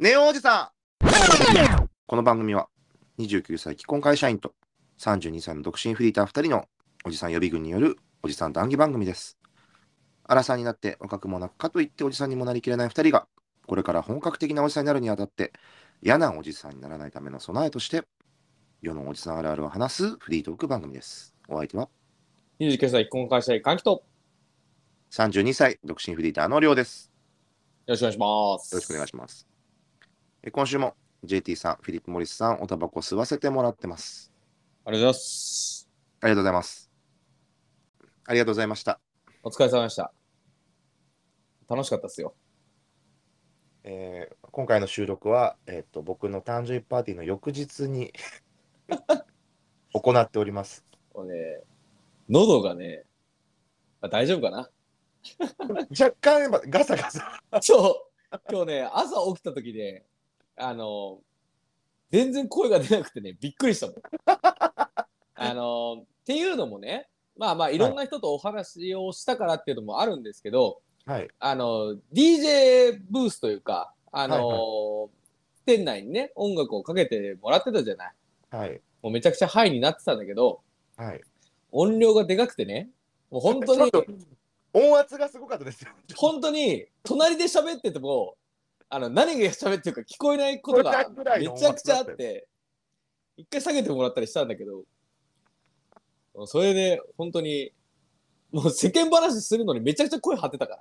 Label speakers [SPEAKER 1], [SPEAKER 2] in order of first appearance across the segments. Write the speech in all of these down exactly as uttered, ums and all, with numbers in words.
[SPEAKER 1] ネオおじさん。この番組はにじゅうきゅうさい既婚会社員とさんじゅうにさいの独身フリーターふたりのおじさん予備軍によるおじさん談義番組です。アラサーになって若くもなくかといっておじさんにもなりきれないふたりがこれから本格的なおじさんになるにあたって嫌なおじさんにならないための備えとして世のおじさんあるあるを話すフリートーク番組です。お相手は
[SPEAKER 2] にじゅうきゅうさい既婚会社員歓喜とよ
[SPEAKER 1] さんじゅうにさい独身フリーターのりょうです。
[SPEAKER 2] ろしくお願いしま
[SPEAKER 1] よろしくお願い
[SPEAKER 2] す。
[SPEAKER 1] します。え今週も ジェーティー さん、フィリップ・モリスさん、おタバコ吸わせてもらってます。
[SPEAKER 2] ありがとうございます。
[SPEAKER 1] ありがとうございます。ありがとうございました。
[SPEAKER 2] お疲れ様でした。楽しかったですよ。
[SPEAKER 1] えー今回の収録は、えっと、僕の誕生日パーティーの翌日に行っております。
[SPEAKER 2] もうね、喉がね、まあ、大丈夫かな。
[SPEAKER 1] 若干やっぱガサガサ。
[SPEAKER 2] そう、今日ね、朝起きた時で、あの、全然声が出なくてね、びっくりしたもん。あの、っていうのもね、まあまあ、いろんな人とお話をしたからっていうのもあるんですけど、
[SPEAKER 1] はい。
[SPEAKER 2] あの、ディージェー ブースというか、あの、
[SPEAKER 1] はいはい
[SPEAKER 2] 店内にね、音楽をかけてもらってたじゃない。
[SPEAKER 1] はい。
[SPEAKER 2] もうめちゃくちゃハイになってたんだけど、
[SPEAKER 1] はい。
[SPEAKER 2] 音量がでかくてね、もう本当に、
[SPEAKER 1] ちょっと音圧がすごかったですよ。
[SPEAKER 2] 本当に、隣で喋ってても、あの、何が喋ってるか聞こえないこ
[SPEAKER 1] これない
[SPEAKER 2] とが
[SPEAKER 1] ぐらいの音
[SPEAKER 2] めちゃくちゃ
[SPEAKER 1] 圧だったよ。
[SPEAKER 2] あって、一回下げてもらったりしたんだけど、それで本当に、もう世間話するのにめちゃくちゃ声張ってたから。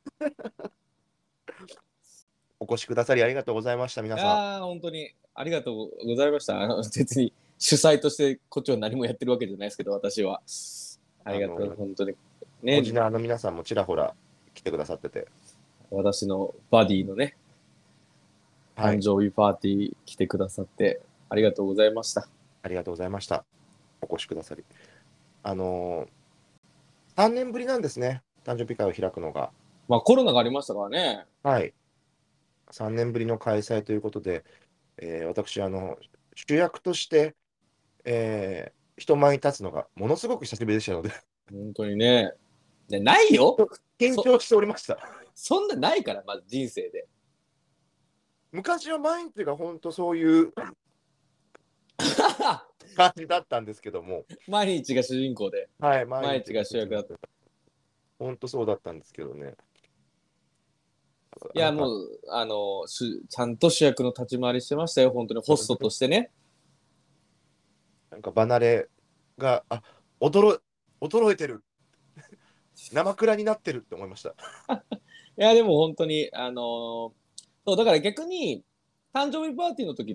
[SPEAKER 1] お越しくださりありがとうございました、皆
[SPEAKER 2] い
[SPEAKER 1] さん。
[SPEAKER 2] やー、本当にありがとうございました。あの、別に主催としてこっちは何もやってるわけじゃないですけど、私は。ありがとう、
[SPEAKER 1] あの、
[SPEAKER 2] 本当に。
[SPEAKER 1] おじ
[SPEAKER 2] ね、
[SPEAKER 1] なの皆さんもちらほら来てくださってて。
[SPEAKER 2] 私のバディのね、誕
[SPEAKER 1] はい。
[SPEAKER 2] 生日パーティー来てくださってありがとうございました。
[SPEAKER 1] ありがとうございました。お越しくださり。あのー、さんねんぶりなんですね。誕生日会を開くのが。
[SPEAKER 2] まあコロナがありましたからね。
[SPEAKER 1] はい。さんねんぶりの開催ということで、えー私、あの、主役として、えー人前に立つのがものすごく久しぶりでしたので、
[SPEAKER 2] 本当にね。ねないよそ、
[SPEAKER 1] 緊張しておりました。
[SPEAKER 2] そんなないから、まず人生で。
[SPEAKER 1] 昔は毎日が本当そういう感じだったんですけども、
[SPEAKER 2] 毎日が主人公で、
[SPEAKER 1] はい、毎日
[SPEAKER 2] 毎日が主役だった。
[SPEAKER 1] 本当そうだったんですけどね。
[SPEAKER 2] いや、
[SPEAKER 1] なんか、
[SPEAKER 2] もう、あの、しちゃんと主役の立ち回りしてましたよ、本当にホストとしてね。
[SPEAKER 1] なんか離れが、あ、驚、驚いてる、生蔵になってるって思いました。
[SPEAKER 2] いや、でも本当に、あのそう、だから逆に、誕生日パーティーの時って、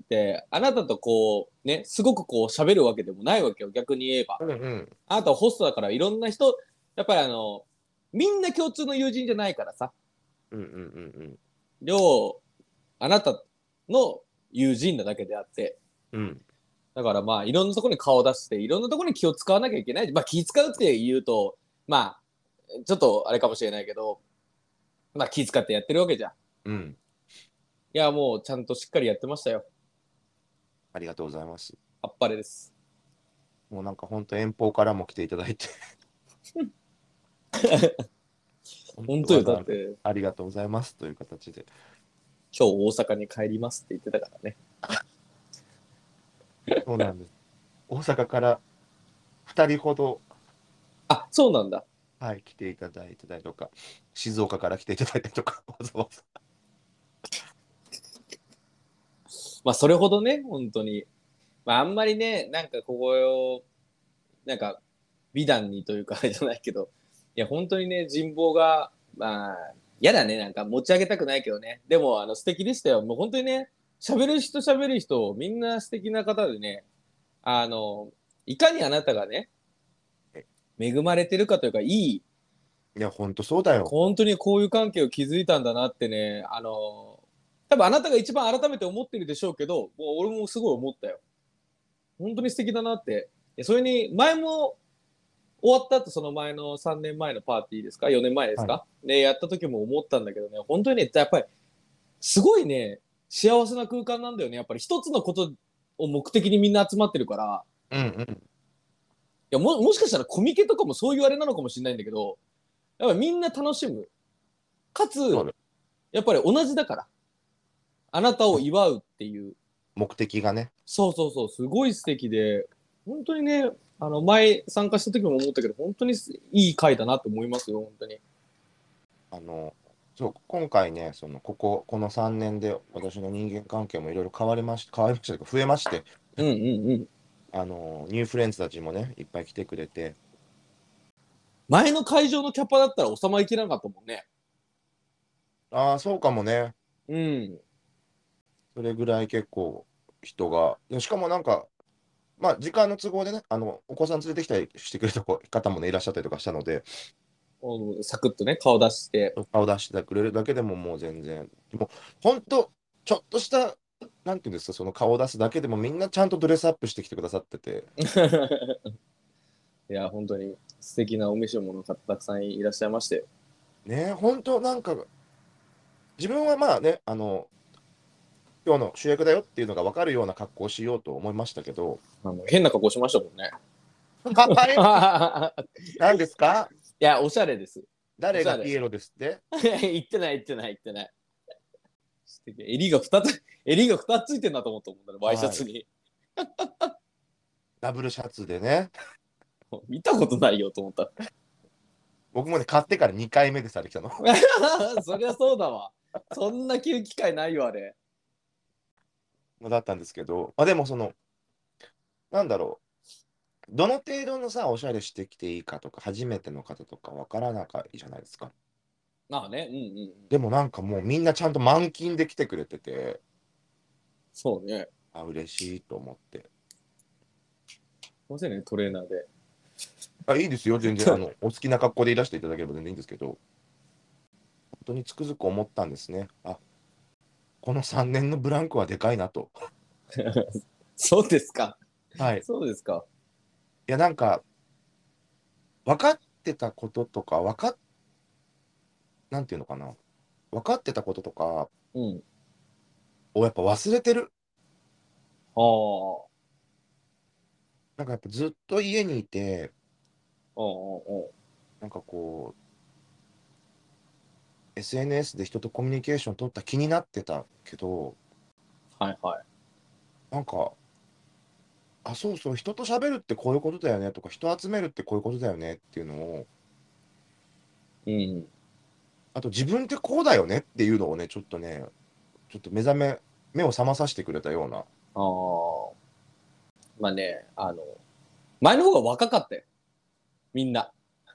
[SPEAKER 2] あなたとこう、ね、すごくこう喋るわけでもないわけよ、逆に言えば。
[SPEAKER 1] うんうん。
[SPEAKER 2] あなたはホストだからいろんな人、やっぱりあの、みんな共通の友人じゃないからさ、
[SPEAKER 1] うんうんうん
[SPEAKER 2] 両、あなたの友人なだけであって、
[SPEAKER 1] うん。うん。
[SPEAKER 2] だからまあいろんなところに顔を出して、いろんなところに気を使わなきゃいけない。まあ気使うって言うと、まあ、ちょっとあれかもしれないけど、まあ気使ってやってるわけじゃん。
[SPEAKER 1] うん。
[SPEAKER 2] いや、もうちゃんとしっかりやってましたよ。
[SPEAKER 1] ありがとうございます。
[SPEAKER 2] あっぱれです。
[SPEAKER 1] もうなんか本当遠方からも来ていただいて本
[SPEAKER 2] 本当よ。
[SPEAKER 1] 当わざわざ
[SPEAKER 2] だって、
[SPEAKER 1] ありがとうございますという形で。
[SPEAKER 2] 今日大阪に帰りますって言ってたからね。
[SPEAKER 1] そうなんです。大阪からふたりほど、
[SPEAKER 2] あ、そうなんだ。
[SPEAKER 1] はい、来ていただいてたりとか、静岡から来ていただいたりとか、わざわざ。
[SPEAKER 2] まあ、それほどね、本当に。まあ、あんまりね、なんかここを、なんか、美談にというか、あれじゃないけど、いや、本当にね、人望が、まあ、嫌だね、なんか持ち上げたくないけどね。でも、あの、素敵でしたよ。もう本当にね、喋る人喋る人、みんな素敵な方でね、あの、いかにあなたがね、
[SPEAKER 1] え
[SPEAKER 2] 恵まれてるかというか、いい、
[SPEAKER 1] いや、本当そうだよ。
[SPEAKER 2] 本当にこういう関係を築いたんだなってね、あの、多分あなたが一番改めて思ってるでしょうけど、もう俺もすごい思ったよ。本当に素敵だなって。それに、前も終わった後、その前のさんねんまえのパーティーですか ?よ 年前です
[SPEAKER 1] はい。
[SPEAKER 2] かで、やった時も思ったんだけどね、本当にね、やっぱり、すごいね、幸せな空間なんだよね。やっぱり一つのことを目的にみんな集まってるから、
[SPEAKER 1] うんうん。
[SPEAKER 2] いやも、もしかしたらコミケとかもそういうあれなのかもしれないんだけど、やっぱりみんな楽しむ。かつ、
[SPEAKER 1] そうだ。
[SPEAKER 2] やっぱり同じだから。 あなたを祝うっていう。
[SPEAKER 1] 目的がね。
[SPEAKER 2] そうそうそう、すごい素敵で、本当にね、あの、前参加した時も思ったけど、本当にいい回だなと思いますよ、本当に。
[SPEAKER 1] あの、そう、今回ね、その、ここ、このさんねんで私の人間関係もいろいろ変わりまし、変わりましたというか、増えまして、
[SPEAKER 2] うんうんうん。
[SPEAKER 1] あの、ニューフレンズたちもね、いっぱい来てくれて、
[SPEAKER 2] 前の会場のキャパだったら収まりきらなかったもんね。
[SPEAKER 1] ああ、そうかもね。
[SPEAKER 2] うん。
[SPEAKER 1] それぐらい結構人が、でしかもなんか、まあ、時間の都合でね、あの、お子さん連れてきたりしてくれた子方もね、いらっしゃったりとかしたので、
[SPEAKER 2] サクッとね、顔出して。
[SPEAKER 1] 顔出してくれるだけでももう全然、もう本当、ちょっとした、なんていうんですか、その顔を出すだけでもみんなちゃんとドレスアップしてきてくださってて、
[SPEAKER 2] いや、本当に素敵なお召し物の方たくさんいらっしゃいまして。
[SPEAKER 1] ね、本当なんか、自分はまあね、あの、今日の主役だよっていうのが分かるような格好をしようと思いましたけど、
[SPEAKER 2] あの変な格好しましたもんね。
[SPEAKER 1] はい、何ですか？
[SPEAKER 2] いや、おしゃれです。おしゃれ。
[SPEAKER 1] 誰がピエロですって？
[SPEAKER 2] 言ってない、言ってない、言ってない。素敵。襟が二つ、襟が二つついてんだと思ったもんね、ワイシャツに。
[SPEAKER 1] ダブルシャツでね、
[SPEAKER 2] 見たことないよと思った。
[SPEAKER 1] 僕もね、買ってからにかいめでされきたの。
[SPEAKER 2] そりゃそうだわ。そんな着る機会ないよ、あれ。
[SPEAKER 1] だったんですけど、まあ、でもその、なんだろう、どの程度のさ、おしゃれしてきていいかとか、初めての方とかわからなかいじゃないですか。
[SPEAKER 2] まあね、うんうんうん。
[SPEAKER 1] でもなんかもうみんなちゃんと満勤で来てくれてて、
[SPEAKER 2] そうね。
[SPEAKER 1] あ、嬉しいと思って。
[SPEAKER 2] すいませんね、トレーナーで。
[SPEAKER 1] あ、いいですよ、全然、あの、お好きな格好でいらしていただければ全然いいんですけど、本当につくづく思ったんですね。あ、このさんねんのブランクはでかいなと。
[SPEAKER 2] そうですか。
[SPEAKER 1] はい。い
[SPEAKER 2] そうですか。
[SPEAKER 1] や、なんか、分かってたこととか、分かっ、なんていうのかな。分かってたこととか
[SPEAKER 2] うん。
[SPEAKER 1] をやっぱ忘れてる。
[SPEAKER 2] ああ。
[SPEAKER 1] なんかやっぱずっと家にいて、
[SPEAKER 2] ああ、ああ。
[SPEAKER 1] なんかこう、エスエヌエス で人とコミュニケーション取った気になってたけど、
[SPEAKER 2] はいは
[SPEAKER 1] なんか、あ、そうそう、人と喋るってこういうことだよねとか、人集めるってこういうことだよねっていうのを、
[SPEAKER 2] い。うん。
[SPEAKER 1] あと自分ってこうだよねっていうのをね、ちょっとね、ちょっと目覚め、目を覚まさせてくれたような。
[SPEAKER 2] ああ。まあね、あの、前の方が若かったよ。みんな。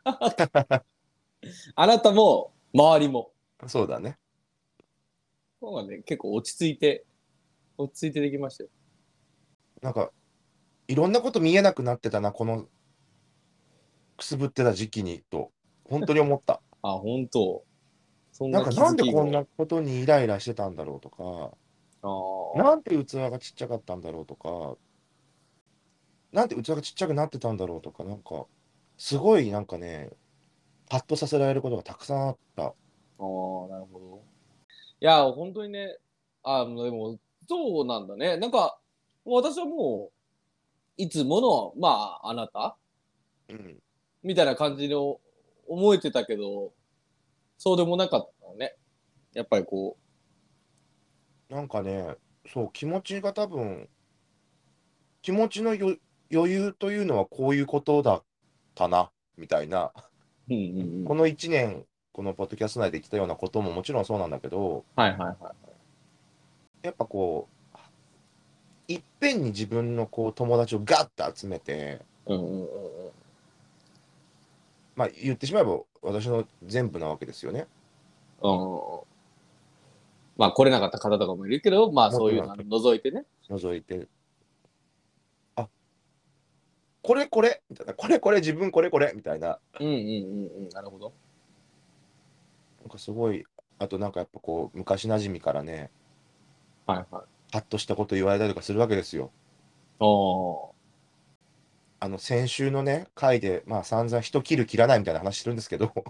[SPEAKER 2] あなたも、周りも。
[SPEAKER 1] そうだね。
[SPEAKER 2] 方がね、結構落ち着いて、落ち着いてできましたよ。
[SPEAKER 1] なんか、いろんなこと見えなくなってたな、このくすぶってた時期に、と、本当に思った。
[SPEAKER 2] あ、本当。そん
[SPEAKER 1] なんか、
[SPEAKER 2] な気
[SPEAKER 1] なんでこん
[SPEAKER 2] づきが。
[SPEAKER 1] なことにイライラしてたんだろうとか、
[SPEAKER 2] ああ。
[SPEAKER 1] なんで器がちっちゃかったんだろうとか、なんで器がちっちゃくなってたんだろうとか、なんか、すごいなんかね、ハッとさせられることがたくさんあった。
[SPEAKER 2] ああ、なるほど。いや、本当にね、あの、でも、そうなんだね。なんか、私はもう、いつもの、まあ、あなた
[SPEAKER 1] うん。
[SPEAKER 2] みたいな感じの思えてたけど、そうでもなかったのね。やっぱりこ
[SPEAKER 1] なんかね、そう、気持ちが多分、気持ちのよ余裕というのはこういうことだったな、みたいな。
[SPEAKER 2] う、うんうんうん。
[SPEAKER 1] このいちねん、このポッドキャスト内で言ってたようなことももちろんそうなんだけど、
[SPEAKER 2] はいはいはい。
[SPEAKER 1] やっぱこう、いっぺんに自分のこう友達をガッと集めて、
[SPEAKER 2] うんうんうんうん。
[SPEAKER 1] まあ言ってしまえば私の全部なわけですよね。
[SPEAKER 2] うんうんうん。まあ来れなかった方とかもいるけど、まあ
[SPEAKER 1] もちろん
[SPEAKER 2] そういうのは除いてね。
[SPEAKER 1] 除いて、あ、これこれみたいな、これこれ自分これこれみたいな、
[SPEAKER 2] うんうんうんうん。なるほど。
[SPEAKER 1] なんかすごい、あとなんかやっぱこう昔馴染みからね、
[SPEAKER 2] はいはい。
[SPEAKER 1] ハッとしたこと言われたりとかするわけですよ。
[SPEAKER 2] おー。
[SPEAKER 1] あの先週のね、回で、まあ散々人切る切らないみたいな話してるんですけど、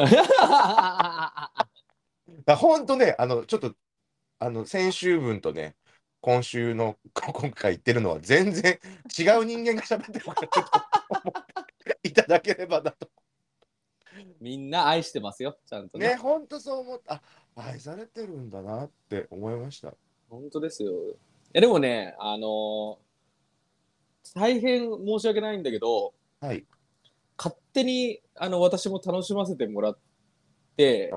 [SPEAKER 1] 本当ね、あの、ちょっと、あの、先週分とね、今週の、今回言ってるのは全然違う人間が喋ってるからちょっと思っていただければなと。
[SPEAKER 2] みんな愛してますよ、ちゃんと
[SPEAKER 1] ね、
[SPEAKER 2] ね。
[SPEAKER 1] 本当そう思った。あ、愛されてるんだなって思いました。
[SPEAKER 2] 本当ですよ。いやでもね、あのー大変申し訳ないんだけど、
[SPEAKER 1] はい。
[SPEAKER 2] 勝手にあの私も楽しませてもらって、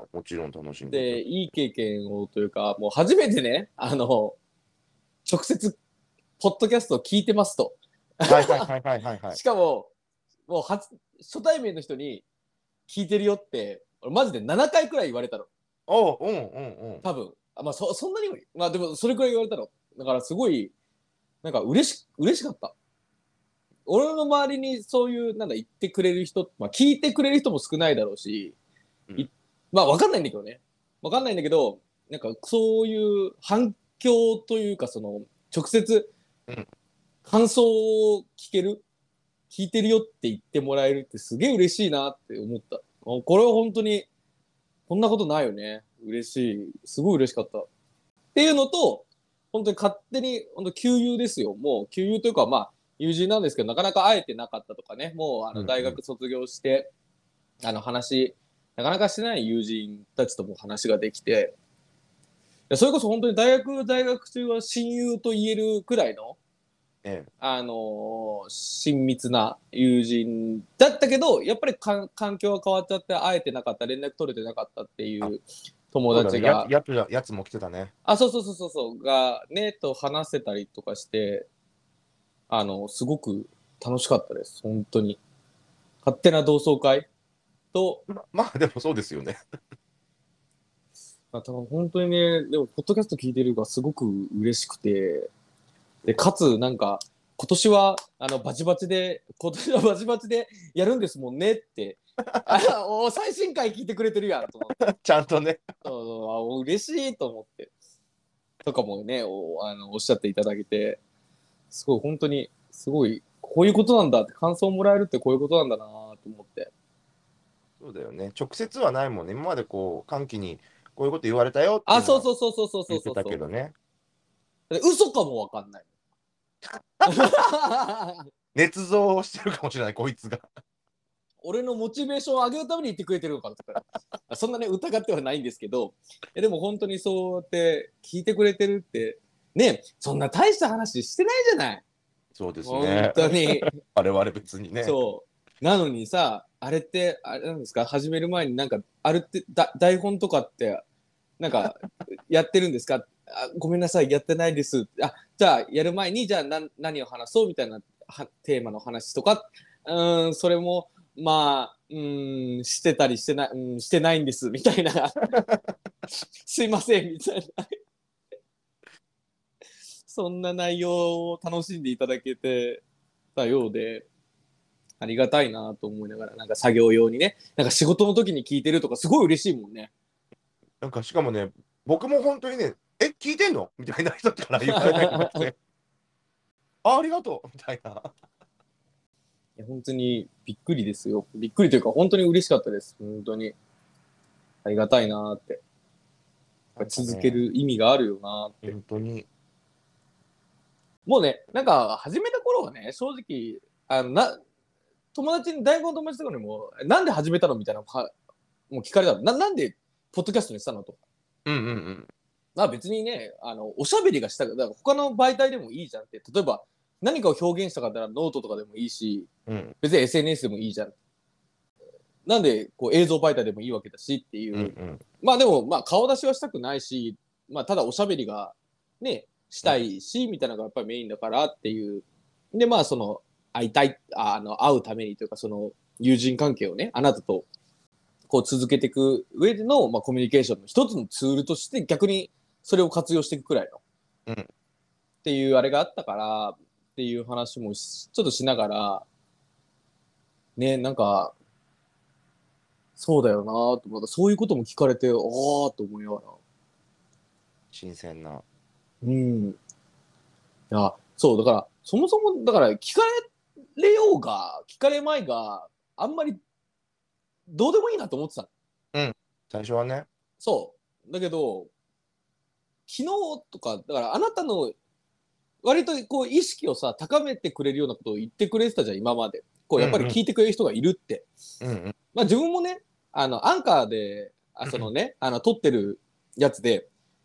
[SPEAKER 1] あもちろん楽しんでいただ
[SPEAKER 2] で、
[SPEAKER 1] く。
[SPEAKER 2] いい経験をというか、もう初めてね、あの、直接、ポッドキャストを聞いてますと。
[SPEAKER 1] はいはいはいはいはいはい。
[SPEAKER 2] しかも、もう初、初対面の人に聞いてるよって、俺マジでななかいくらい言われたの。
[SPEAKER 1] おう、うんうんうん。
[SPEAKER 2] 多分。あまあそ、そんなにも、まあでもそれくらい言われたの。だからすごい、なんか嬉し、嬉しかった。俺の周りにそういう、なんだ、言ってくれる人、まあ聞いてくれる人も少ないだろうし、い
[SPEAKER 1] うん
[SPEAKER 2] まあわかんないんだけどね。わかんないんだけど、なんかそういう反響というか、その、直接
[SPEAKER 1] うん
[SPEAKER 2] 感想を聞ける、聞いてるよって言ってもらえるってすげえ嬉しいなって思った。これは本当に、こんなことないよね。嬉しい。すごい嬉しかった。っていうのと、本当に勝手に、本当旧友ですよ。もう旧友というか、まあ、友人なんですけど、なかなか会えてなかったとかね、もうあの大
[SPEAKER 1] うんうん。
[SPEAKER 2] 学卒業して、あの話、なかなかしてない友人たちとも話ができて、それこそ本当に大学、大学中は親友と言えるくらいの、
[SPEAKER 1] ええ。
[SPEAKER 2] あのー親密な友人だったけど、やっぱりか環境が変わっちゃって会えてなかった、連絡取れてなかったってい
[SPEAKER 1] あ、
[SPEAKER 2] う友
[SPEAKER 1] そうだね。やつ、
[SPEAKER 2] 達が、
[SPEAKER 1] やつ、やつも来てたね。
[SPEAKER 2] あ、そうそうそうそうそう、が、ね、と話せたりとかして、あの、すごく楽しかったです。本当に。勝手な同窓会と、
[SPEAKER 1] ま、まあ、でもそうですよね。
[SPEAKER 2] まあ、多分本当にね、でも、ポッドキャスト聞いてるのがすごく嬉しくて、で、かつ、なんか、今年は、あの、バチバチで、今年はバチバチでやるんですもんねって、あ、お最新回聞いてくれてるやんと思って、
[SPEAKER 1] ちゃんとね。
[SPEAKER 2] そうあ嬉しいと思って、とかもね、お、あの、おっしゃっていただけて、すごい、本当に、すごい、こういうことなんだって、感想もらえるってこういうことなんだなと思って。
[SPEAKER 1] そうだよね。直接はないもんね。今までこう、歓喜にこういうこと言われたよってい
[SPEAKER 2] あ、
[SPEAKER 1] うのは
[SPEAKER 2] そうそうそうそうそう
[SPEAKER 1] 言って
[SPEAKER 2] そうそ
[SPEAKER 1] たけどね。
[SPEAKER 2] う。で嘘かもわかんない。
[SPEAKER 1] 捏造してるかもしれない、こいつが。
[SPEAKER 2] 俺のモチベーションを上げるために言ってくれてるのかとか。そんなね、疑ってはないんですけど、えでも本当にそうやって聞いてくれてるって、ね、そんな大した話してないじゃない。
[SPEAKER 1] そうです
[SPEAKER 2] 本
[SPEAKER 1] ね。
[SPEAKER 2] 当に。
[SPEAKER 1] 我々別にね。
[SPEAKER 2] そう。なのにさ、あれって、あれなんですか、始める前になんか、あるってだ、台本とかって、なんか、やってるんですかあごめんなさい、やってないです。あ、じゃあ、やる前に、じゃあ何、何を話そうみたいなはテーマの話とか、うーん、それも、まあ、うーん、してたりしてない、うん、してないんです、みたいな。すいません、みたいな。そんな内容を楽しんでいただけてたようで、ありがたいなと思いながら、なんか作業用にね、なんか仕事の時に聞いてるとか、すごい嬉しいもんね。
[SPEAKER 1] なんかしかもね、僕も本当にね、え、聞いてんのみたいな人から言われたりとかして、あ、ありがとうみたいな。
[SPEAKER 2] いや本当にびっくりですよ。びっくりというか、本当に嬉しかったです。本当に。ありがたいなって。
[SPEAKER 1] なんか
[SPEAKER 2] 続け
[SPEAKER 1] ね、
[SPEAKER 2] る意味があるよなって。
[SPEAKER 1] 本当に、
[SPEAKER 2] もうね、なんか始めた頃はね、正直、あの、な、友達に、大学の友達とかにも、なんで始めたのみたいな、はもう聞かれたの。な、なんで、ポッドキャストにしたのとか。
[SPEAKER 1] うんうんうん。
[SPEAKER 2] まあ別にね、あの、おしゃべりがしただから他の媒体でもいいじゃんって。例えば、何かを表現したかったらノートとかでもいいし、
[SPEAKER 1] うん、
[SPEAKER 2] 別に エスエヌエス でもいいじゃん。なんで、こう映像媒体でもいいわけだしっていう。
[SPEAKER 1] うんうん。
[SPEAKER 2] まあでも、まあ顔出しはしたくないし、まあただおしゃべりがね、したいし、みたいなのがやっぱりメインだからっていう。で、まあその、会いたい、ああの、会うためにというか、その、友人関係をね、あなたとこう続けていく上での、まあ、コミュニケーションの一つのツールとして逆にそれを活用していくくらいの
[SPEAKER 1] うん
[SPEAKER 2] っていうあれがあったからっていう話もちょっとしながらね、なんかそうだよなと思った、そういうことも聞かれてああと思いながら、
[SPEAKER 1] 新鮮な。
[SPEAKER 2] うんいやそうだからそもそもだから聞かれようが聞かれまいがあんまりどうでもいいなと思ってたの。
[SPEAKER 1] うん。最初はね。
[SPEAKER 2] そうだけど昨日とかだからあなたの割とこう意識をさ高めてくれるようなことを言ってくれてたじゃん今まで。こうやっぱり
[SPEAKER 1] うんうん。
[SPEAKER 2] 聞いてくれる人がいるって。
[SPEAKER 1] うんうん。
[SPEAKER 2] まあ自分もねあのアンカーであそのねあの撮ってるやつで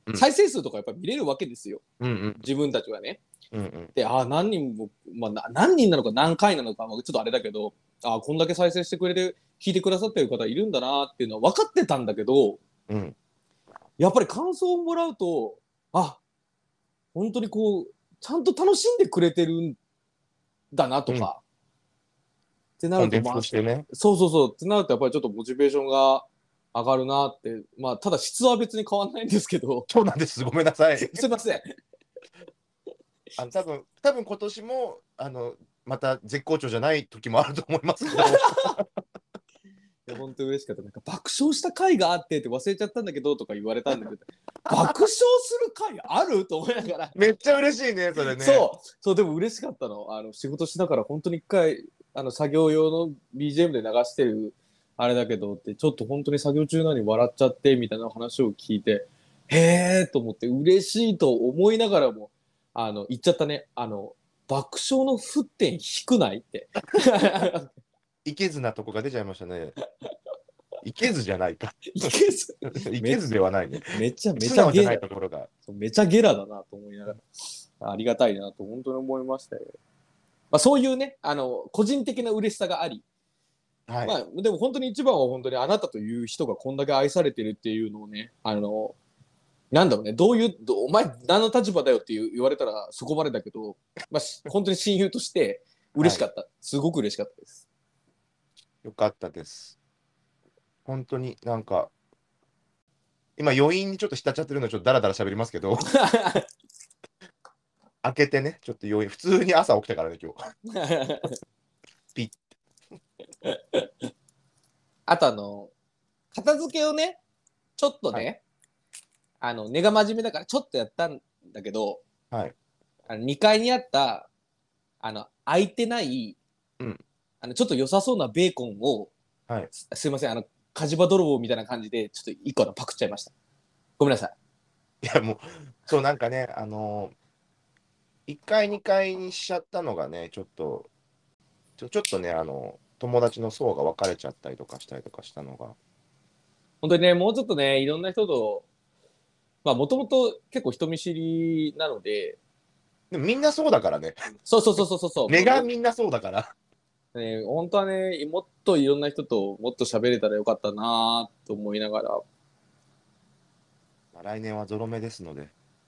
[SPEAKER 1] うん
[SPEAKER 2] 再生数とかやっぱり見れるわけですよ。
[SPEAKER 1] うんうん
[SPEAKER 2] 自分たちはね。
[SPEAKER 1] うんうん
[SPEAKER 2] で、ああ、何人も、まあ、な何人なのか何回なのか、まあちょっとあれだけど、ああ、こんだけ再生してくれて、聞いてくださってる方いるんだなっていうのは分かってたんだけど、
[SPEAKER 1] うん
[SPEAKER 2] やっぱり感想をもらうと、あ、本当にこう、ちゃんと楽しんでくれてるんだなと
[SPEAKER 1] うん。
[SPEAKER 2] か、ってなると、
[SPEAKER 1] コンテンツ
[SPEAKER 2] まあ、
[SPEAKER 1] としてね。
[SPEAKER 2] そうそうそう、ってなると、やっぱりちょっとモチベーションが上がるなって、まあ、ただ質は別に変わんないんですけど、
[SPEAKER 1] そうなんです。ごめんなさい。
[SPEAKER 2] すいません。
[SPEAKER 1] あの多分多分今年もあのまた絶好調じゃない時もあると思いますけど。
[SPEAKER 2] いや本当に嬉しかった。なんか爆笑した回があってって忘れちゃったんだけどとか言われたんだけど、爆笑する回あると思いながら。
[SPEAKER 1] めっちゃ嬉しいね、それね。
[SPEAKER 2] そう、そう、でも嬉しかったの。あの、仕事しながら本当に一回、あの、作業用の ビージーエム で流してる、あれだけどって、ちょっと本当に作業中なのに笑っちゃって、みたいな話を聞いて、へーと思って、嬉しいと思いながらも、あの、言っちゃったね。あの、爆笑の沸点低くないって。
[SPEAKER 1] いけずなとこが出ちゃいましたね。いけずじゃないか。
[SPEAKER 2] いけず、
[SPEAKER 1] いけずではないね。
[SPEAKER 2] めちゃめ
[SPEAKER 1] 素
[SPEAKER 2] ちゃゲラ
[SPEAKER 1] 直じゃない、ところが。
[SPEAKER 2] めちゃゲラだなと思いながら、ありがたいなと本当に思いましたよ。まあ、そういうね、あの、個人的な嬉しさがあり、
[SPEAKER 1] はい。
[SPEAKER 2] まあ、でも本当に一番は本当にあなたという人がこんだけ愛されてるっていうのをね、あの、なんだろうね、どういう、どお前何の立場だよっていう言われたらそこまでだけど、まあ、し本当に親友として嬉しかった。すごく嬉しかったです。
[SPEAKER 1] よかったです。本当になんか、今余韻にちょっと浸っちゃってるので、ちょっとダラダラ喋りますけど、開けてね、ちょっと余韻、普通に朝起きたからね、今日。ピッ。
[SPEAKER 2] あとあの、片付けをね、ちょっとね、
[SPEAKER 1] は
[SPEAKER 2] あの、根が真面目だからちょっとやったんだけど、
[SPEAKER 1] はい。
[SPEAKER 2] あのにかいにあった、あの、開いてない、
[SPEAKER 1] うん。
[SPEAKER 2] あの、ちょっと良さそうなベーコンを、
[SPEAKER 1] はい。
[SPEAKER 2] すすいません、あの、火事場泥棒みたいな感じで、ちょっと一個のパクっちゃいました。ごめんなさい。
[SPEAKER 1] いや、もう、そう、なんかね、あのー、いっかい、にかいにしちゃったのがね、ちょっと、ちょちょっとね、あの、友達の層が分かれちゃったりとかしたりとかしたのが、
[SPEAKER 2] 本当にね、もうちょっとね、いろんな人と、まあ、もともと結構人見知りなので、
[SPEAKER 1] でもみんなそうだからね、
[SPEAKER 2] そうそうそうそうそう、
[SPEAKER 1] 根がみんなそうだから。
[SPEAKER 2] ね、本当はね、もっといろんな人ともっと喋れたらよかったなと思いながら、
[SPEAKER 1] まあ来年はゾロ目ですので、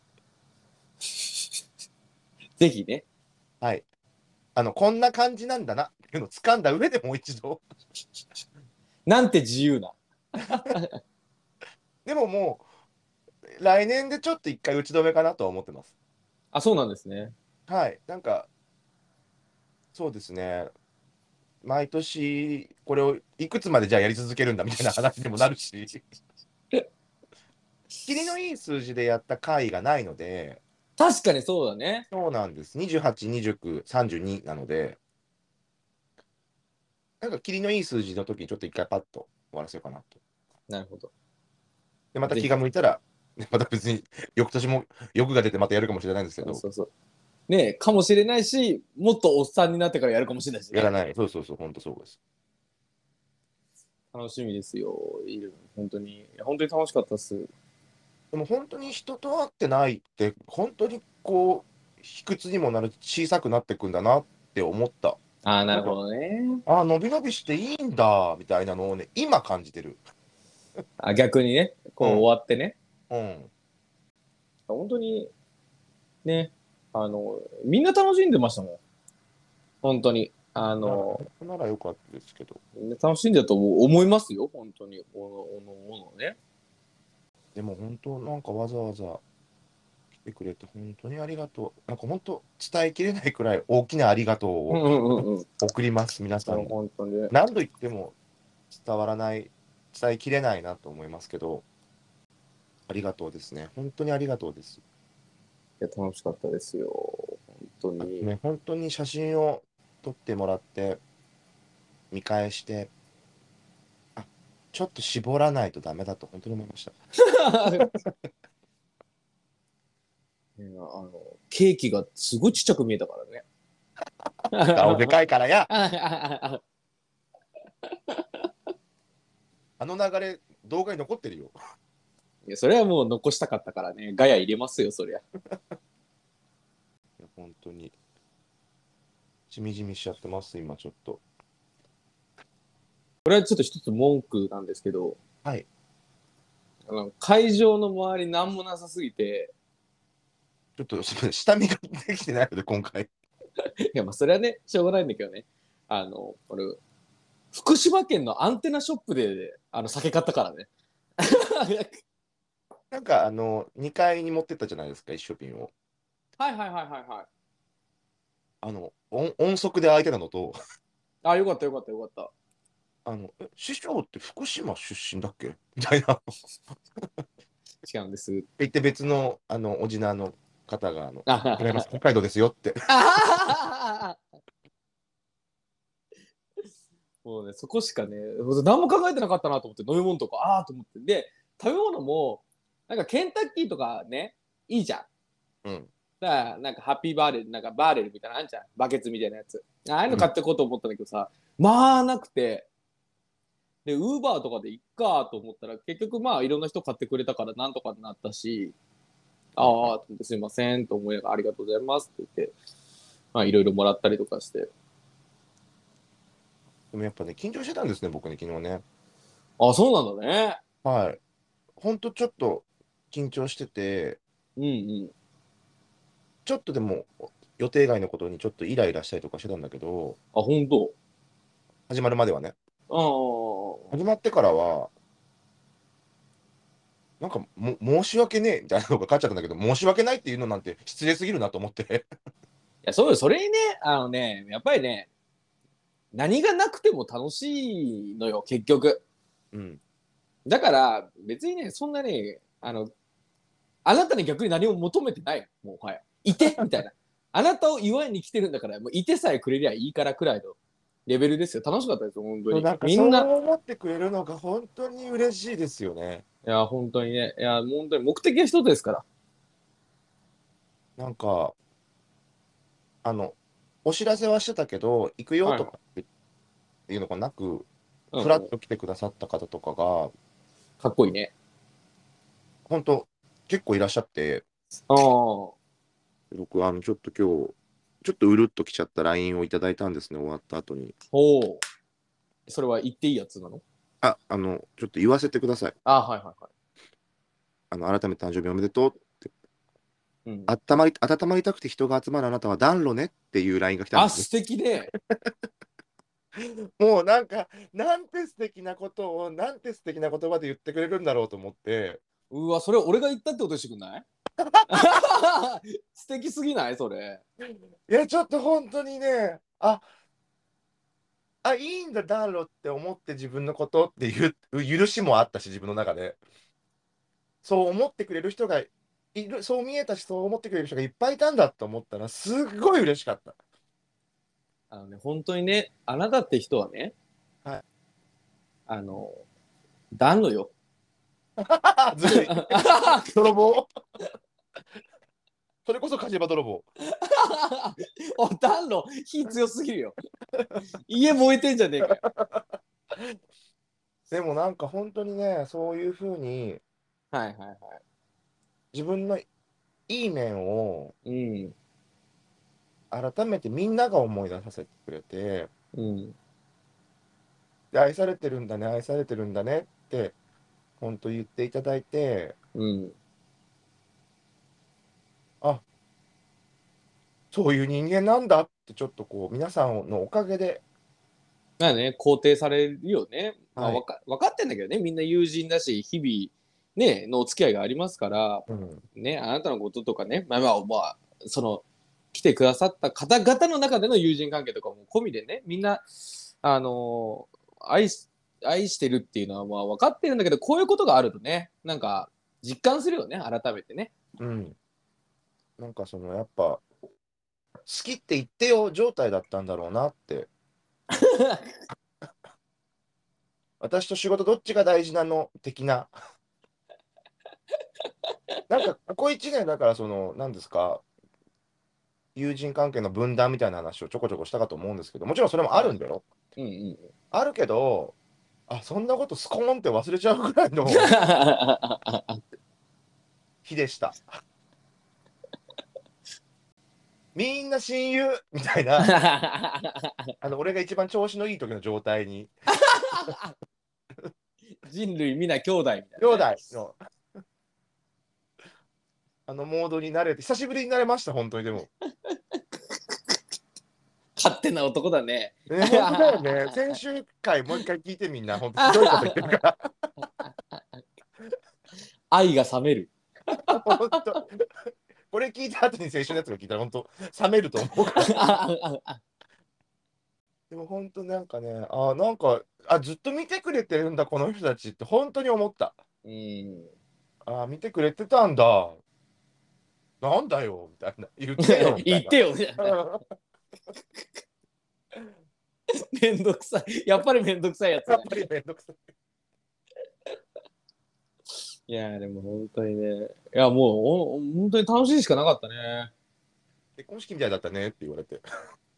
[SPEAKER 2] ぜひね、
[SPEAKER 1] はい。あの、こんな感じなんだなっていうのを掴んだ上でもう一度。
[SPEAKER 2] なんて自由な。
[SPEAKER 1] でももう、来年でちょっと一回打ち止めかなとは思ってます。
[SPEAKER 2] あ、そうなんですね。
[SPEAKER 1] はい。なんか、そうですね。毎年、これをいくつまでじゃあやり続けるんだみたいな話にもなるし、切りのいい数字でやった回がないので、
[SPEAKER 2] 確かにそうだね。
[SPEAKER 1] そうなんです。にじゅうはち、にじゅうきゅう、さんじゅうになので、なんか、霧のいい数字の時にちょっと一回パッと終わらせようかなと。
[SPEAKER 2] なるほど。
[SPEAKER 1] で、また気が向いたら、また別に翌年も欲が出てまたやるかもしれないんですけど、
[SPEAKER 2] そうそうそう。ねえ、かもしれないし、もっとおっさんになってからやるかもしれないしね。
[SPEAKER 1] やらない。そうそうそう、本当そうです。
[SPEAKER 2] 楽しみですよ。いる本当に。いや本当に楽しかったっす。
[SPEAKER 1] でも本当に人と会ってないって、本当にこう、卑屈にもなる小さくなってくんだなって思った。
[SPEAKER 2] ああ、なるほ
[SPEAKER 1] なんか、
[SPEAKER 2] どね。
[SPEAKER 1] ああ、伸び伸びしていいんだ、みたいなのをね、今感じてる。
[SPEAKER 2] あ、逆にね、こう
[SPEAKER 1] うん、
[SPEAKER 2] 終わってね。
[SPEAKER 1] うん。
[SPEAKER 2] 本当にね、あの、みんな楽しんでましたもん。本当に。あ
[SPEAKER 1] なら、
[SPEAKER 2] の、
[SPEAKER 1] ならよかったですけど。
[SPEAKER 2] みんな楽しんでたと思いますよ。本当に。おのおのおのね。
[SPEAKER 1] でも本当、なんかわざわざ来てくれて、本当にありがとう。なんか本当、伝えきれないくらい大きなありがとうを
[SPEAKER 2] うんうんうんうん。
[SPEAKER 1] 送ります、皆さんに。
[SPEAKER 2] 本当にね。
[SPEAKER 1] 何度言っても伝わらない、伝えきれないなと思いますけど、ありがとうですね。本当にありがとうです。
[SPEAKER 2] いや、楽しかったですよ。本当に。
[SPEAKER 1] ね、本当に写真を撮ってもらって、見返して、あ、ちょっと絞らないとダメだと本当に思いました。
[SPEAKER 2] いやあの、ケーキがすごいちっちゃく見えたからね。
[SPEAKER 1] 顔でかいからや、あの流れ、動画に残ってるよ。
[SPEAKER 2] いや、それはもう残したかったからね。ガヤ入れますよ、そりゃ。
[SPEAKER 1] いや本当に、しみじみしちゃってます、今ちょっと。
[SPEAKER 2] これはちょっと一つ文句なんですけど、
[SPEAKER 1] はい。
[SPEAKER 2] あの会場の周りなんもなさすぎて、
[SPEAKER 1] ちょっと、すみません、下見ができてないので、今回。
[SPEAKER 2] いや、まあ、それはね、しょうがないんだけどね。あの、俺、福島県のアンテナショップで、あの、酒買ったからね。
[SPEAKER 1] なんか、あの、にかいに持ってったじゃないですか、一升瓶を。
[SPEAKER 2] はいはいはいはいはい。
[SPEAKER 1] あの、音音速で開いてたのと、
[SPEAKER 2] あ、よかったよかったよかった。
[SPEAKER 1] あの、え師匠って福島出身だっけみたいな。
[SPEAKER 2] 違うんです。
[SPEAKER 1] 言って別の、あの、おじなの方が、あの、
[SPEAKER 2] あ
[SPEAKER 1] 違います、北海道ですよって。
[SPEAKER 2] あもうね、そこしかね、何も考えてなかったなと思って、飲み物とか、ああと思って。で、食べ物も、なんかケンタッキーとかね、いいじゃん。
[SPEAKER 1] うん。
[SPEAKER 2] だからなんかハッピーバーレル、なんかバーレルみたいなのあんじゃん。バケツみたいなやつ。ああいうの買っていこうと思ったんだけどさ、まあなくて、で、ウーバーとかでいっかと思ったら、結局まあいろんな人買ってくれたからなんとかなったし、ああ、
[SPEAKER 1] はいはい。
[SPEAKER 2] と思ってすいませんと思いながらありがとうございますって言って、まあいろいろもらったりとかして。
[SPEAKER 1] でもやっぱね、緊張してたんですね、僕ね、昨日ね。
[SPEAKER 2] あ、そうなんだね。
[SPEAKER 1] はい。ほんとちょっと緊張してて、
[SPEAKER 2] うんうん。
[SPEAKER 1] ちょっとでも予定外のことにちょっとイライラしたりとかしてたんだけど、
[SPEAKER 2] あ、本当。
[SPEAKER 1] 始まるまではね。
[SPEAKER 2] ああ。
[SPEAKER 1] 始まってからは、なんかも申し訳ねえみたいなのが勝っちゃったんだけど、申し訳ないっていうのなんて失礼すぎるなと思って。
[SPEAKER 2] いや、そうよ、それにね、あのね、やっぱりね、何がなくても楽しいのよ、結局。
[SPEAKER 1] うん。
[SPEAKER 2] だから、別にね、そんなね、あの、あなたに逆に何も求めてない。もう、はい。いてみたいな。あなたを祝いに来てるんだから、もういてさえくれりゃいいからくらいのレベルですよ。楽しかったですよ、本当に。
[SPEAKER 1] そうなんか
[SPEAKER 2] みんな、
[SPEAKER 1] そう思ってくれるのが本当に嬉しいですよね。
[SPEAKER 2] いや、本当にね、いや、本当に目的は一つですから。
[SPEAKER 1] なんか、あの、お知らせはしてたけど、行くよ
[SPEAKER 2] はいはい。
[SPEAKER 1] とかっていうのがなく、
[SPEAKER 2] うんうん。
[SPEAKER 1] ふらっと来てくださった方とかが、
[SPEAKER 2] かっこいいね。
[SPEAKER 1] 本当結構いらっしゃって、
[SPEAKER 2] ああ。
[SPEAKER 1] 僕、あの、ちょっと今日、ちょっとうるっと来ちゃった ライン をいただいたんですね、終わった後に。
[SPEAKER 2] おお。それは言っていいやつなの？
[SPEAKER 1] あ、あの、ちょっと言わせてください。
[SPEAKER 2] あはいはいはい。
[SPEAKER 1] あの、改めて誕生日おめでとうって。
[SPEAKER 2] うん。
[SPEAKER 1] 温まり、温まりたくて人が集まるあなたは暖炉ねっていう ライン が来たんで
[SPEAKER 2] あ、
[SPEAKER 1] すね。
[SPEAKER 2] 素敵で。
[SPEAKER 1] もうなんか、なんて素敵なことを、なんて素敵な言葉で言ってくれるんだろうと思って、
[SPEAKER 2] うわ、それ俺が言ったってことにしてくんない？素敵すぎないそれ。
[SPEAKER 1] いや、ちょっと本当にね、あ、あ、いいんだ、暖炉って思って自分のことっていう許しもあったし、自分の中で。そう思ってくれる人がいる、そう見えたし、そう思ってくれる人がいっぱいいたんだと思ったら、すっごい嬉しかった。
[SPEAKER 2] あのね、本当にね、あなたって人はね、
[SPEAKER 1] はい。
[SPEAKER 2] あの、暖炉よ。
[SPEAKER 1] ずるい。泥棒。それこそ火事場泥棒。
[SPEAKER 2] お、暖炉、火強すぎるよ。家燃えてんじゃねえかよ。
[SPEAKER 1] でもなんか本当にね、そういうふうに
[SPEAKER 2] はいはいはい。
[SPEAKER 1] 自分のいい面を
[SPEAKER 2] うん。
[SPEAKER 1] 改めてみんなが思い出させてくれて、
[SPEAKER 2] うん。
[SPEAKER 1] で、愛されてるんだね、愛されてるんだねって本当言っていただいて、
[SPEAKER 2] うん。
[SPEAKER 1] あ、そういう人間なんだってちょっとこう皆さんのおかげで、
[SPEAKER 2] まあね、肯定されるよね。まあ、
[SPEAKER 1] はい、
[SPEAKER 2] わか、分かってんだけどね、みんな友人だし、日々、ね、のお付き合いがありますから、
[SPEAKER 1] うん、
[SPEAKER 2] ね、あなたのこととかね、まあまあ、まあ、その、来てくださった方々の中での友人関係とかも込みでね、みんな、あのー愛し、愛してるっていうのはまあ分かってるんだけど、こういうことがあるとね、なんか、実感するよね、改めてね。
[SPEAKER 1] うん、なんかそのやっぱ好きって言ってよ状態だったんだろうなって、私と仕事どっちが大事なの的な、なんかここいちねんだからその、何ですか、友人関係の分断みたいな話をちょこちょこしたかと思うんですけど、もちろんそれもあ
[SPEAKER 2] はい。
[SPEAKER 1] るんだよ。
[SPEAKER 2] うんうん。
[SPEAKER 1] あるけど、あ、そんなことスコーンって忘れちゃうぐらいの日でした。みんな親友みたいな、あの俺が一番調子のいい時の状態に、
[SPEAKER 2] 人類皆兄弟みたい
[SPEAKER 1] 兄
[SPEAKER 2] な、ね。
[SPEAKER 1] 弟のあのモードになれて、久しぶりになれました、本当に。でも。
[SPEAKER 2] 勝手な男だね。
[SPEAKER 1] ね、本当だよね。先週回もう一回聞いてみんな、本当ひどいこと言ってるから。
[SPEAKER 2] 愛が冷める。
[SPEAKER 1] 本当。これ聞いた後に先週のやつが聞いたら本当冷めると思うから。でも本当なんかね、あなんかあずっと見てくれてるんだこの人たちって本当に思った。
[SPEAKER 2] うん。
[SPEAKER 1] あ見てくれてたんだ。なんだよみたいな、言ってよみたいな。
[SPEAKER 2] 言ってよみたいな。めんどくさい。やっぱりめんどくさいやつ、ね。
[SPEAKER 1] やっぱりめんどくさい。
[SPEAKER 2] いやでも本当にね、いやもうお本当に楽しいしかなかったね。
[SPEAKER 1] 結婚式みたいだったねって言われて。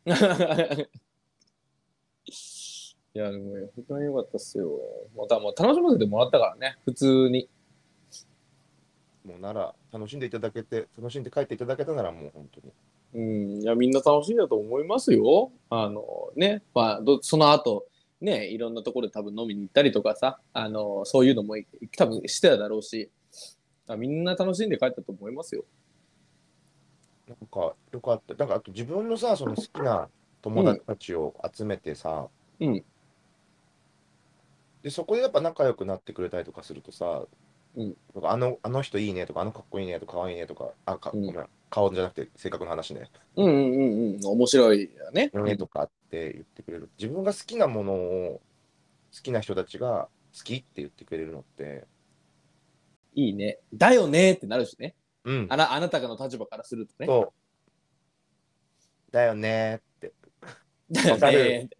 [SPEAKER 2] いやでも本当に良かったっすよ。またもう楽しませてもらったからね、普通に。
[SPEAKER 1] もうなら楽しんでいただけて、楽しんで帰っていただけたならもう本当に。
[SPEAKER 2] うん、いやみんな楽しいんだと思いますよ。あのね、まあどその後ね、いろんなところで多分飲みに行ったりとかさ、あのそういうのも多分してただろうし、みんな楽しんで帰ったと思いますよ。
[SPEAKER 1] なんかよかった。なんかあと自分のさ、その好きな友達たちを集めてさ、
[SPEAKER 2] うん、
[SPEAKER 1] でそこでやっぱ仲良くなってくれたりとかするとさ、
[SPEAKER 2] うん、
[SPEAKER 1] なんかあの、あの人いいねとか、あのかっこいいねとか、かわいいねとか、あ、か、
[SPEAKER 2] うん、
[SPEAKER 1] ごめん、顔じゃなくて性格の話ね。
[SPEAKER 2] うん、うん、うん、面白いよね。
[SPEAKER 1] よねとかって言ってくれる。自分が好きなものを好きな人たちが好きって言ってくれるのって、
[SPEAKER 2] いいね。だよねってなるしね。
[SPEAKER 1] うん、
[SPEAKER 2] あなあなたの立場からするとね。
[SPEAKER 1] そう、だよねって、
[SPEAKER 2] だよ
[SPEAKER 1] わかる
[SPEAKER 2] ね
[SPEAKER 1] って。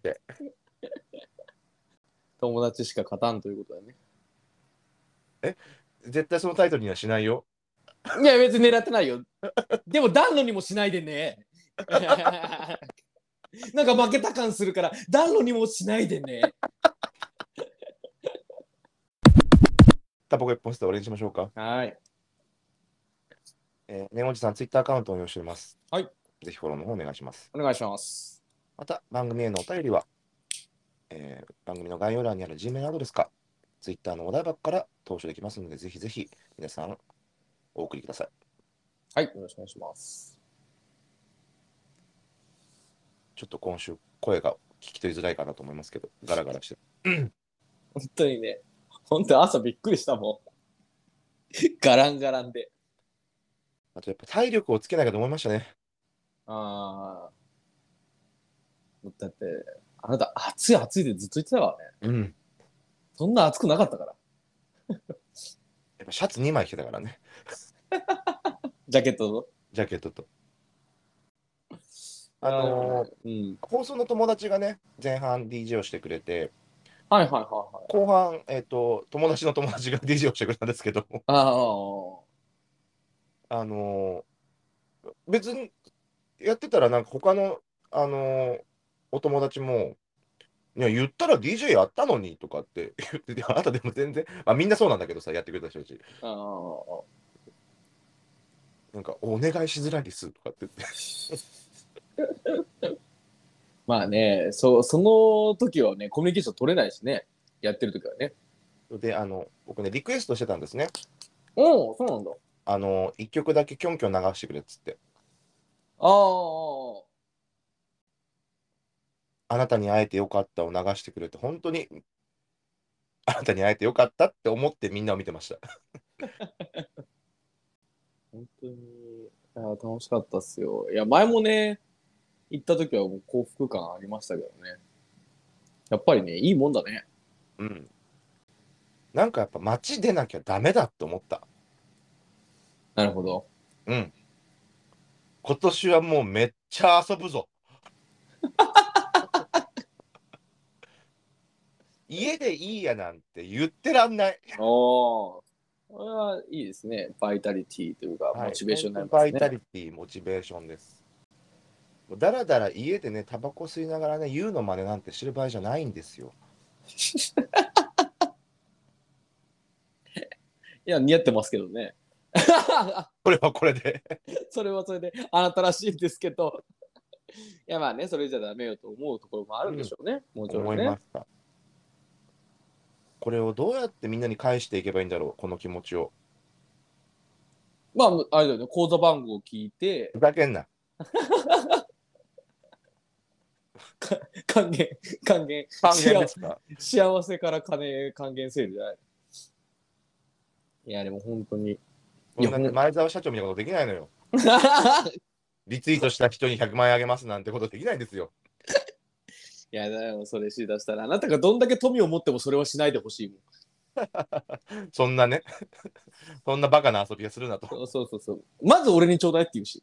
[SPEAKER 2] 友達しか勝たんということだね。
[SPEAKER 1] え、絶対そのタイトルにはしないよ。
[SPEAKER 2] いや、別に狙ってないよ。でも、暖炉にもしないでね。なんか負けた感するから、暖炉にもしないでね。
[SPEAKER 1] タバコ一本吸って終わりにしましょうか。
[SPEAKER 2] はい。
[SPEAKER 1] えー、ねおじさん、ツイッターアカウントを用意しております。
[SPEAKER 2] はい。
[SPEAKER 1] ぜひフォローの方お願いします。
[SPEAKER 2] お願いします。
[SPEAKER 1] また、番組へのお便りは、えー番組の概要欄にある Gmail アドレスか、Twitter のお題箱から投書できますので、ぜひぜひ皆さんお送りください。
[SPEAKER 2] はい。よろしくお願いします。
[SPEAKER 1] ちょっと今週、声が聞き取りづらいかなと思いますけど、ガラガラして。
[SPEAKER 2] 本当にね、本当に朝びっくりしたもん。ガランガランで。
[SPEAKER 1] あとやっぱ体力をつけなきゃと思いましたね。
[SPEAKER 2] ああ。だって、あなた、暑い暑いでずっと言ってたからね。
[SPEAKER 1] うん。
[SPEAKER 2] そんな暑くなかったから。
[SPEAKER 1] やっぱシャツにまい着てたからね。
[SPEAKER 2] ジャケットの。
[SPEAKER 1] ジャケットと。あのー
[SPEAKER 2] うん。
[SPEAKER 1] 放送の友達がね、前半 ディージェー をしてくれて、
[SPEAKER 2] はいはいはいはい。
[SPEAKER 1] 後半、えっと、友達の友達が ディージェー をしてくれたんですけど、
[SPEAKER 2] あ
[SPEAKER 1] あのー別にやってたら、なんか他の、あのーお友達も、いや、言ったら ディージェー やったのにとかって言ってて、あなたでも全然、まあみんなそうなんだけどさ、やってくれた人たち。
[SPEAKER 2] あ。ああ。
[SPEAKER 1] なんか、お願いしづらいですとかって言って。
[SPEAKER 2] まあね、そその時はね、コミュニケーション取れないしね、やってる時はね。
[SPEAKER 1] で、あの、僕ね、リクエストしてたんですね。
[SPEAKER 2] おお、そうなんだ。
[SPEAKER 1] あの、一曲だけキョンキョン流してくれっつって。
[SPEAKER 2] ああ、
[SPEAKER 1] あなたに会えてよかったを流してくれて、本当にあなたに会えてよかったって思ってみんなを見てました。
[SPEAKER 2] 本当に、いや楽しかったっすよ。いや、前もね、行った時はもう幸福感ありましたけどね。やっぱりね、いいもんだね。
[SPEAKER 1] うん。なんかやっぱ街出なきゃダメだって思った。
[SPEAKER 2] なるほど。
[SPEAKER 1] うん。今年はもうめっちゃ遊ぶぞ。家でいいやなんて言ってらんない。
[SPEAKER 2] おお、これはいいですね。バイタリティというか、
[SPEAKER 1] はい。
[SPEAKER 2] モチベーションにな
[SPEAKER 1] 本当
[SPEAKER 2] りますね。
[SPEAKER 1] バイタリティ、モチベーションです。もうだらだら家でね、タバコ吸いながらね、言うの真似なんてしてる場合じゃないんですよ。
[SPEAKER 2] いや、似合ってますけどね。
[SPEAKER 1] これはこれで。
[SPEAKER 2] それはそれであなたらしいんですけど。いやまあね、それじゃダメよと思うところもあるんでしょうね。もちろ
[SPEAKER 1] 思
[SPEAKER 2] んね。
[SPEAKER 1] いました。これをどうやってみんなに返していけばいいんだろう、この気持ちを。
[SPEAKER 2] まあ、あれだよね、口座番号を聞いて、
[SPEAKER 1] ふざけんな。
[SPEAKER 2] 還元、還元、
[SPEAKER 1] 還元ですか。
[SPEAKER 2] 幸せから金還元セールじゃない。いや、でも本当に。
[SPEAKER 1] そんな前澤社長みたいなことできないのよ。リツイートした人にひゃくまん円あげますなんてことできないんですよ。
[SPEAKER 2] いや、だよ、それしだしたら、あなたがどんだけ富を持ってもそれはしないでほしいもん。
[SPEAKER 1] そんなね、そんなバカな遊びがするなと。
[SPEAKER 2] そうそうそうそう。まず俺にちょうだいって言うし。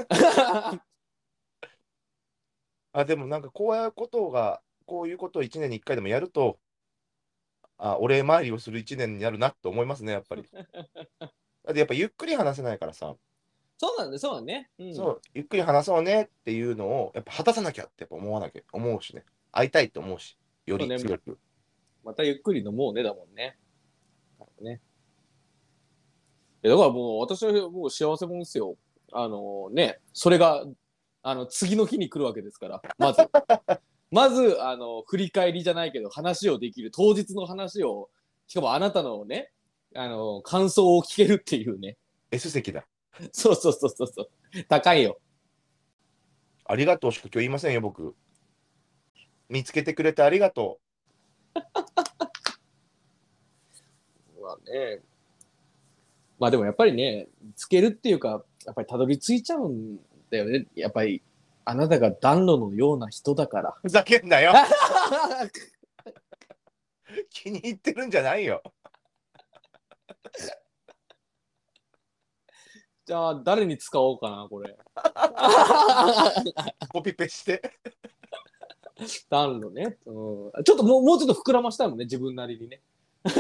[SPEAKER 1] あ、でもなんかこういうことが、こういうことをいちねんにいっかいでもやると、あ、お礼参りをするいちねんになるなと思いますね、やっぱり。だってやっぱゆっくり話せないからさ、
[SPEAKER 2] そうなんだ、そうだね。うん、
[SPEAKER 1] そう、ゆっくり話そうねっていうのを、やっぱ果たさなきゃってやっぱ思わなきゃ、思うしね。会いたいと思うし、より強く。
[SPEAKER 2] またゆっくり飲もうねだもんね。ね。いやだからもう私はもう幸せもんですよ。あのね、それがあの次の日に来るわけですから、まず。まず、あの、振り返りじゃないけど、話をできる、当日の話を、しかもあなたのね、あの、感想を聞けるっていうね。
[SPEAKER 1] S 席だ。
[SPEAKER 2] そうそうそうそうそう。高いよ。
[SPEAKER 1] ありがとうしか今日言いませんよ、僕。見つけてくれてありがと
[SPEAKER 2] まあね。まあでもやっぱりね、見つけるっていうか、やっぱりたどり着いちゃうんだよね。やっぱり、あなたが暖炉のような人だから。
[SPEAKER 1] う。ふざけんなよ。気に入ってるんじゃないよ。
[SPEAKER 2] じゃあ、誰に使おうかな、これ。
[SPEAKER 1] コピペして。
[SPEAKER 2] 暖炉ね。うん。ちょっともう、もうちょっと膨らましたのね、自分なりにね。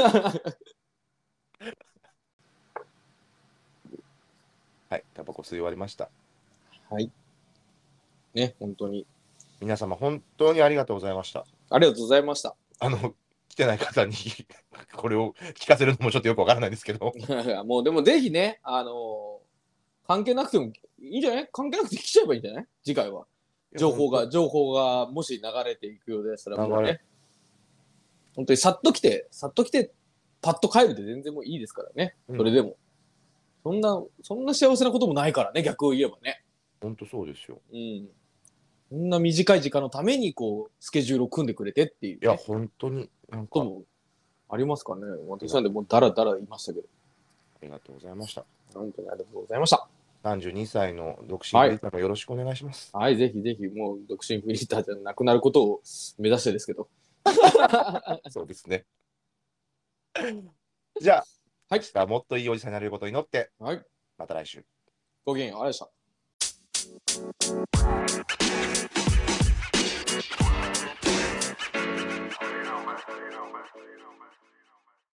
[SPEAKER 1] はい、タバコ吸い終わりました。
[SPEAKER 2] はい。ね、本当に。
[SPEAKER 1] 皆様、本当にありがとうございました。
[SPEAKER 2] ありがとうございました。
[SPEAKER 1] あの、来てない方にこれを聞かせるのもちょっとよくわからないですけど。
[SPEAKER 2] もうでもぜひね、あのー関係なくてもいいんじゃない？関係なくて来ちゃえばいいんじゃない？次回は。情報が、情報がもし流れていくようでしたら、もうね、本当にさっと来て、さっと来て、パッと帰るで全然もういいですからね。
[SPEAKER 1] うん
[SPEAKER 2] それでも。そんな、そんな幸せなこともないからね、逆を言えばね。
[SPEAKER 1] 本当そうですよ。
[SPEAKER 2] うん。そんな短い時間のために、こう、スケジュールを組んでくれてっていう、ね。
[SPEAKER 1] いや、本当に、なんか、
[SPEAKER 2] こともありますかね。私なんでもうダラダラ言いましたけど。
[SPEAKER 1] ありがとうございました。
[SPEAKER 2] 本当にありがとうございました。
[SPEAKER 1] さんじゅうにさいの独身フリーターもよろしくお願いします。
[SPEAKER 2] はい、ぜひぜひ、もう独身フリーターじゃなくなることを目指してですけど。
[SPEAKER 1] そうですね。じゃあ、
[SPEAKER 2] はい
[SPEAKER 1] 明日もっといいおじさんになれることを祈って、
[SPEAKER 2] はい。
[SPEAKER 1] また来週。
[SPEAKER 2] ごきげんよう。ありがとうございました。